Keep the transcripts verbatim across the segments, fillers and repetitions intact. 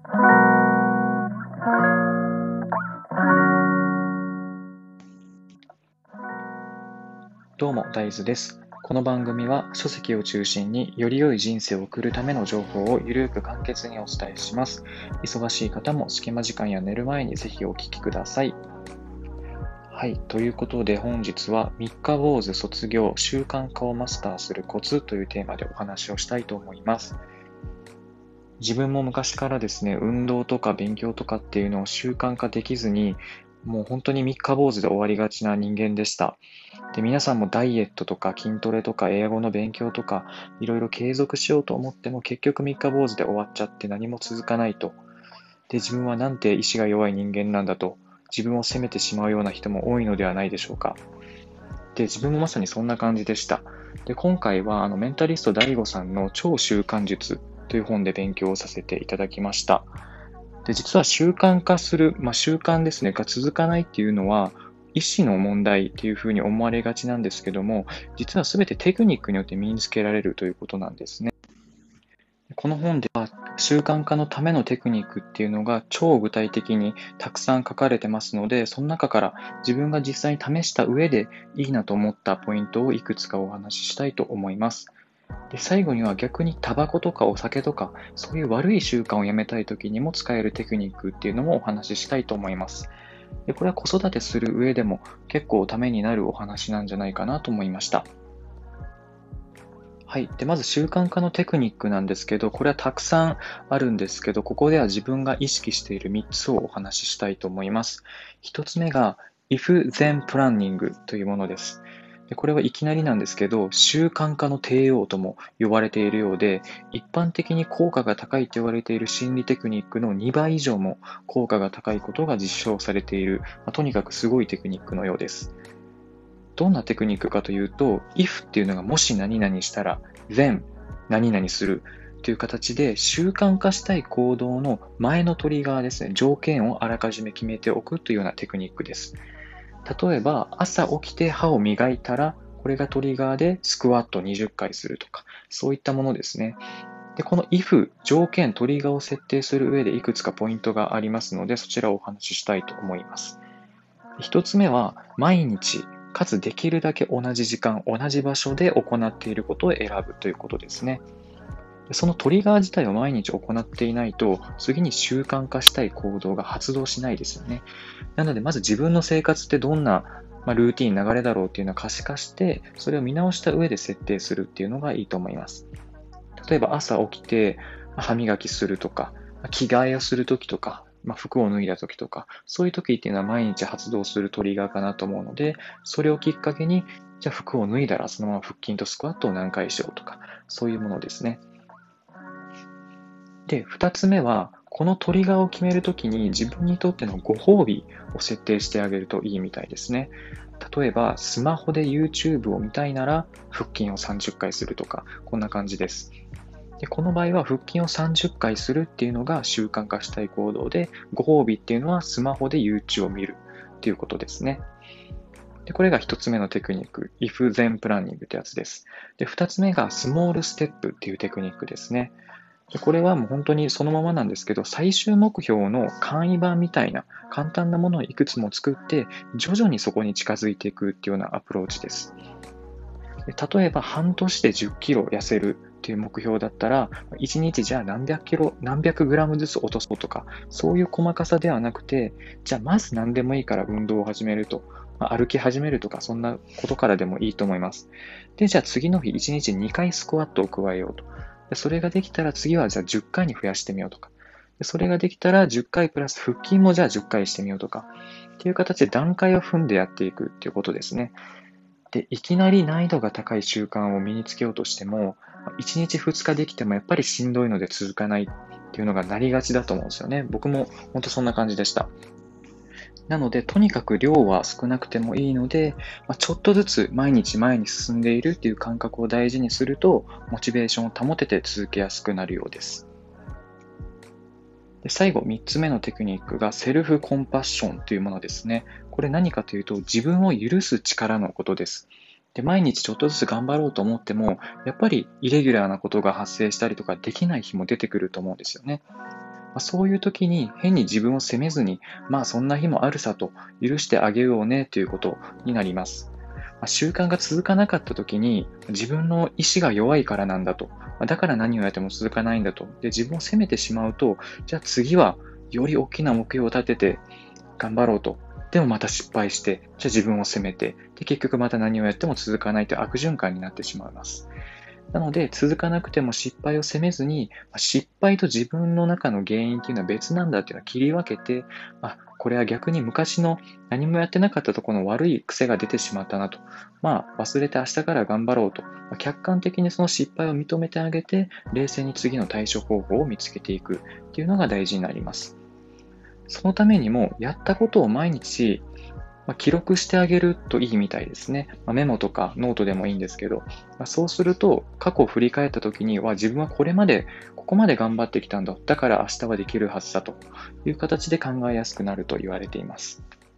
どうも、大豆です。この番組は書籍を中心により良い人生を送るための情報をゆるく簡潔にお伝えします。忙しい方も隙間時間や寝る前にぜひお聞きください。はい、ということで本日は三日坊主卒業習慣化をマスターするコツというテーマでお話をしたいと思います。自分も昔からですね、運動とか勉強とかっていうのを習慣化できずに、もう本当に三日坊主で終わりがちな人間でした。で、皆さんもダイエットとか筋トレとか英語の勉強とか、いろいろ継続しようと思っても結局三日坊主で終わっちゃって何も続かないと。で、自分はなんて意志が弱い人間なんだと、自分を責めてしまうような人も多いのではないでしょうか。で、自分もまさにそんな感じでした。で、今回はあのメンタリスト ダイゴ さんの超習慣術という本で勉強をさせていただきました。で、実は習慣化する、まあ、習慣ですね、が続かないっていうのは、意思の問題っていうふうに思われがちなんですけども、実はすべてテクニックによって身につけられるということなんですね。この本では習慣化のためのテクニックっていうのが超具体的にたくさん書かれてますので、その中から自分が実際に試した上でいいなと思ったポイントをいくつかお話ししたいと思います。で、最後には逆にタバコとかお酒とか、そういう悪い習慣をやめたい時にも使えるテクニックっていうのもお話ししたいと思います。で、これは子育てする上でも結構ためになるお話なんじゃないかなと思いました。はい。で、まず習慣化のテクニックなんですけど、これはたくさんあるんですけど、ここでは自分が意識しているみっつをお話ししたいと思います。ひとつめが If Then Planning というものです。で、これはいきなりなんですけど、習慣化の帝王とも呼ばれているようで、一般的に効果が高いと言われている心理テクニックのにばい以上も効果が高いことが実証されている、まあ、とにかくすごいテクニックのようです。どんなテクニックかというと、if っていうのがもし何々したら、then 何々するという形で習慣化したい行動の前のトリガーですね、条件をあらかじめ決めておくというようなテクニックです。例えば、朝起きて歯を磨いたら、これがトリガーでスクワットにじゅっかいするとか、そういったものですね。で、この if 条件、トリガーを設定する上でいくつかポイントがありますので、そちらをお話ししたいと思います。一つ目は、毎日、かつできるだけ同じ時間、同じ場所で行っていることを選ぶということですね。そのトリガー自体を毎日行っていないと、次に習慣化したい行動が発動しないですよね。なので、まず自分の生活ってどんな、まあ、ルーティン、流れだろうっていうのを可視化して、それを見直した上で設定するっていうのがいいと思います。例えば朝起きて歯磨きするとか、着替えをするときとか、まあ、服を脱いだときとか、そういうときっていうのは毎日発動するトリガーかなと思うので、それをきっかけに、じゃあ服を脱いだらそのまま腹筋とスクワットを何回しようとか、そういうものですね。で、二つ目は、このトリガーを決めるときに自分にとってのご褒美を設定してあげるといいみたいですね。例えば、スマホで YouTube を見たいなら、腹筋をさんじゅっかいするとか、こんな感じです。で、この場合は腹筋をさんじゅっかいするっていうのが習慣化したい行動で、ご褒美っていうのはスマホで YouTube を見るっていうことですね。で、これが一つ目のテクニック、if then planning ってやつです。で、二つ目がスモールステップっていうテクニックですね。で、これはもう本当にそのままなんですけど、最終目標の簡易版みたいな簡単なものをいくつも作って、徐々にそこに近づいていくっていうようなアプローチです。で、例えば半年でじゅっキロ痩せるっていう目標だったら、いちにちじゃあ何百キロ、何百グラムずつ落とそうとか、そういう細かさではなくて、じゃあまず何でもいいから運動を始めると、まあ歩き始めるとか、そんなことからでもいいと思います。で、じゃあ次の日いちにちにかいスクワットを加えようと。で、それができたら次はじゃあじゅっかいに増やしてみようとか。で、それができたらじゅっかいプラス腹筋もじゃあじゅっかいしてみようとか。っていう形で段階を踏んでやっていくっていうことですね。で、いきなり難易度が高い習慣を身につけようとしても、いちにちふつかできてもやっぱりしんどいので続かないっていうのがなりがちだと思うんですよね。僕も本当そんな感じでした。なので、とにかく量は少なくてもいいので、まあ、ちょっとずつ毎日前に進んでいるっていう感覚を大事にすると、モチベーションを保てて続けやすくなるようです。で、最後、みっつめのテクニックがセルフコンパッションというものですね。これ何かというと、自分を許す力のことです。で、毎日ちょっとずつ頑張ろうと思っても、やっぱりイレギュラーなことが発生したりとかできない日も出てくると思うんですよね。 あ、そういう時に変に自分を責めずに、まあそんな日もあるさと許してあげようねということになります。まあ習慣が続かなかった時に自分の意志が弱いからなんだと。まあだから何をやっても続かないんだと。で、自分を責めてしまうと、じゃあ次はより大きな目標を立てて頑張ろうと。でもまた失敗して、じゃあ自分を責めて、で、結局また何をやっても続かないという悪循環になってしまいます。なので、続かなくても失敗を責めずに、まあ失敗と自分の中の原因っていうのは別なんだっていうのを切り分けて、まあ、これは逆に昔の何もやってなかったところの悪い癖が出てしまったなと。まあ、忘れて明日から頑張ろうと。まあ客観的にその失敗を認めてあげて、冷静に次の対処方法を見つけていくっていうのが大事になります。そのためにも、やったことを毎日、まあ、記録してあげるといいみたいですね。まあ、メモとかノートでもいいんですけど、まあ、そうすると、過去を振り返ったときには、自分はこれまで、ここまで頑張ってきたんだ。だから明日はできるはずだという形で考えやすくなると言われています。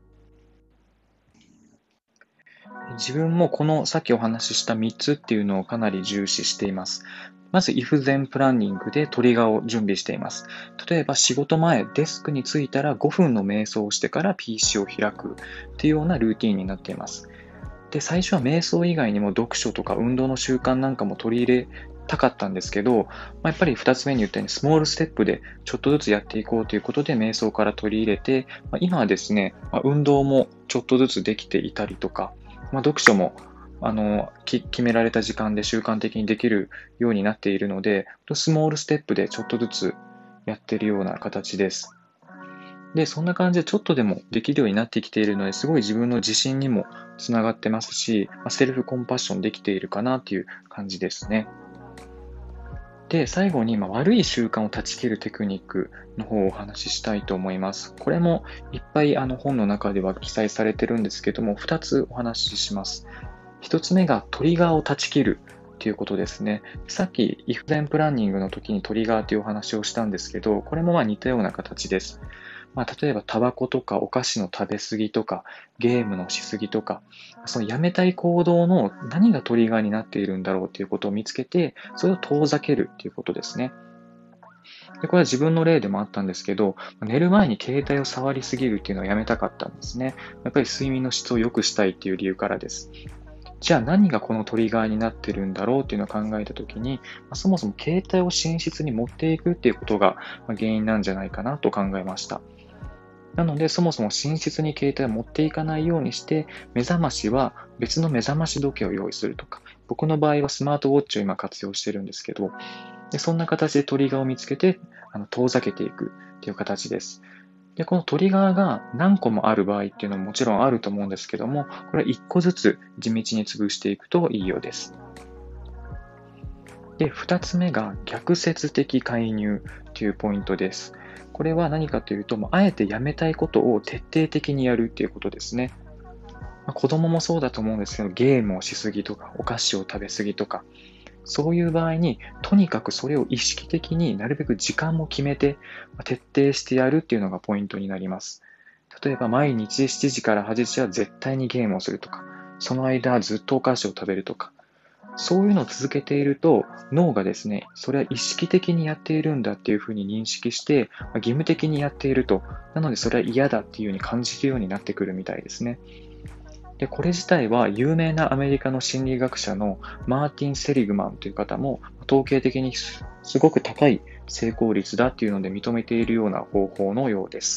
自分もこのさっきお話ししたみっつっていうのをかなり重視しています。まず、if then プランニングでトリガーを準備しています。例えば仕事前、デスクに着いたらごふんの瞑想をしてから ピーシー を開くっていうようなルーティンになっています。で、最初は瞑想以外にも読書とか運動の習慣なんかも取り入れたかったんですけど、まあ、やっぱりふたつめに言ったようにスモールステップでちょっとずつやっていこうということで瞑想から取り入れて、まあ、今はですね、まあ、運動もちょっとずつできていたりとか、まあ、読書もあのき決められた時間で習慣的にできるようになっているので、スモールステップでちょっとずつやっているような形です。で、そんな感じでちょっとでもできるようになってきているので、すごい自分の自信にもつながってますし、まあセルフコンパッションできているかなっていう感じですね。で、最後に、まあ、悪い習慣を断ち切るテクニックの方をお話ししたいと思います。これもいっぱいあの本の中では記載されてるんですけども、ふたつお話しします。ひとつめがトリガーを断ち切るということですね。さっき if then プランニングの時にトリガーというお話をしたんですけど、これもまあ似たような形です。まあ、例えばタバコとかお菓子の食べ過ぎとかゲームのしすぎとか、そのやめたい行動の何がトリガーになっているんだろうということを見つけて、それを遠ざけるということですね。で、これは自分の例でもあったんですけど、寝る前に携帯を触りすぎるっていうのをやめたかったんですね。やっぱり睡眠の質を良くしたいっていう理由からです。じゃあ何がこのトリガーになってるんだろうっていうのを考えたときに、そもそも携帯を寝室に持っていくっていうことが原因なんじゃないかなと考えました。なので、そもそも寝室に携帯を持っていかないようにして、目覚ましは別の目覚まし時計を用意するとか、僕の場合はスマートウォッチを今活用してるんですけど、でそんな形でトリガーを見つけてあの遠ざけていくっていう形です。で、このトリガーが何個もある場合っていうのももちろんあると思うんですけども、これはいっこずつ地道に潰していくといいようです。で、ふたつめが逆説的介入というポイントです。これは何かというと、あえてやめたいことを徹底的にやるということですね。まあ、子供もそうだと思うんですけど、ゲームをしすぎとか、お菓子を食べ過ぎとか、そういう場合に、とにかくそれを意識的になるべく時間も決めて、徹底してやるっていうのがポイントになります。例えば、毎日しちじからはちじは絶対にゲームをするとか、その間ずっとお菓子を食べるとか、そういうのを続けていると、脳がですね、それは意識的にやっているんだっていうふうに認識して、まあ義務的にやっていると、なのでそれは嫌だっていうふうに感じるようになってくるみたいですね。で、これ自体は有名なアメリカの心理学者のマーティン・セリグマンという方も統計的にすすごく高い成功率だっていうので認めているような方法のようです。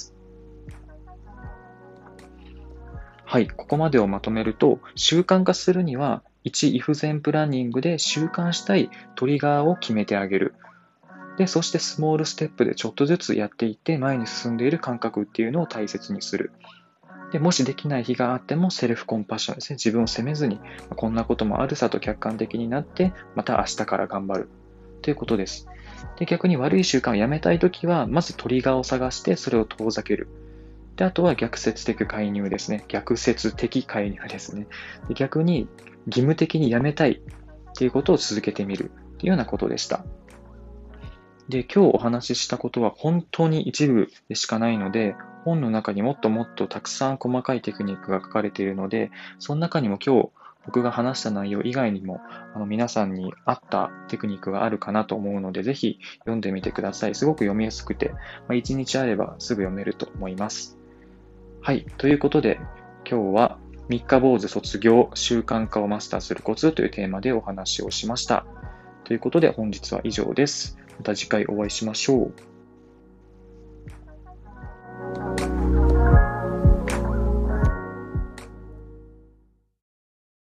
はい、ここまでをまとめると、習慣化するには、いち、if then プランニングで習慣したいトリガーを決めてあげる。で、そしてスモールステップでちょっとずつやっていって前に進んでいる感覚っていうのを大切にする。で、もしできない日があってもセルフコンパッションですね。自分を責めずに、こんなこともあるさと客観的になって、また明日から頑張るということです。で、逆に悪い習慣をやめたいときは、まずトリガーを探してそれを遠ざける。で、あとは逆説的介入ですね。逆説的介入ですね。で、逆に義務的にやめたいっていうことを続けてみるというようなことでした。で、今日お話ししたことは本当に一部でしかないので、本の中にもっともっとたくさん細かいテクニックが書かれているので、その中にも今日僕が話した内容以外にも、あの皆さんに合ったテクニックがあるかなと思うので、ぜひ読んでみてください。すごく読みやすくて、まあ、いちにちあればすぐ読めると思います。はい。ということで、今日は三日坊主卒業習慣化をマスターするコツというテーマでお話をしました。ということで本日は以上です。また次回お会いしましょう。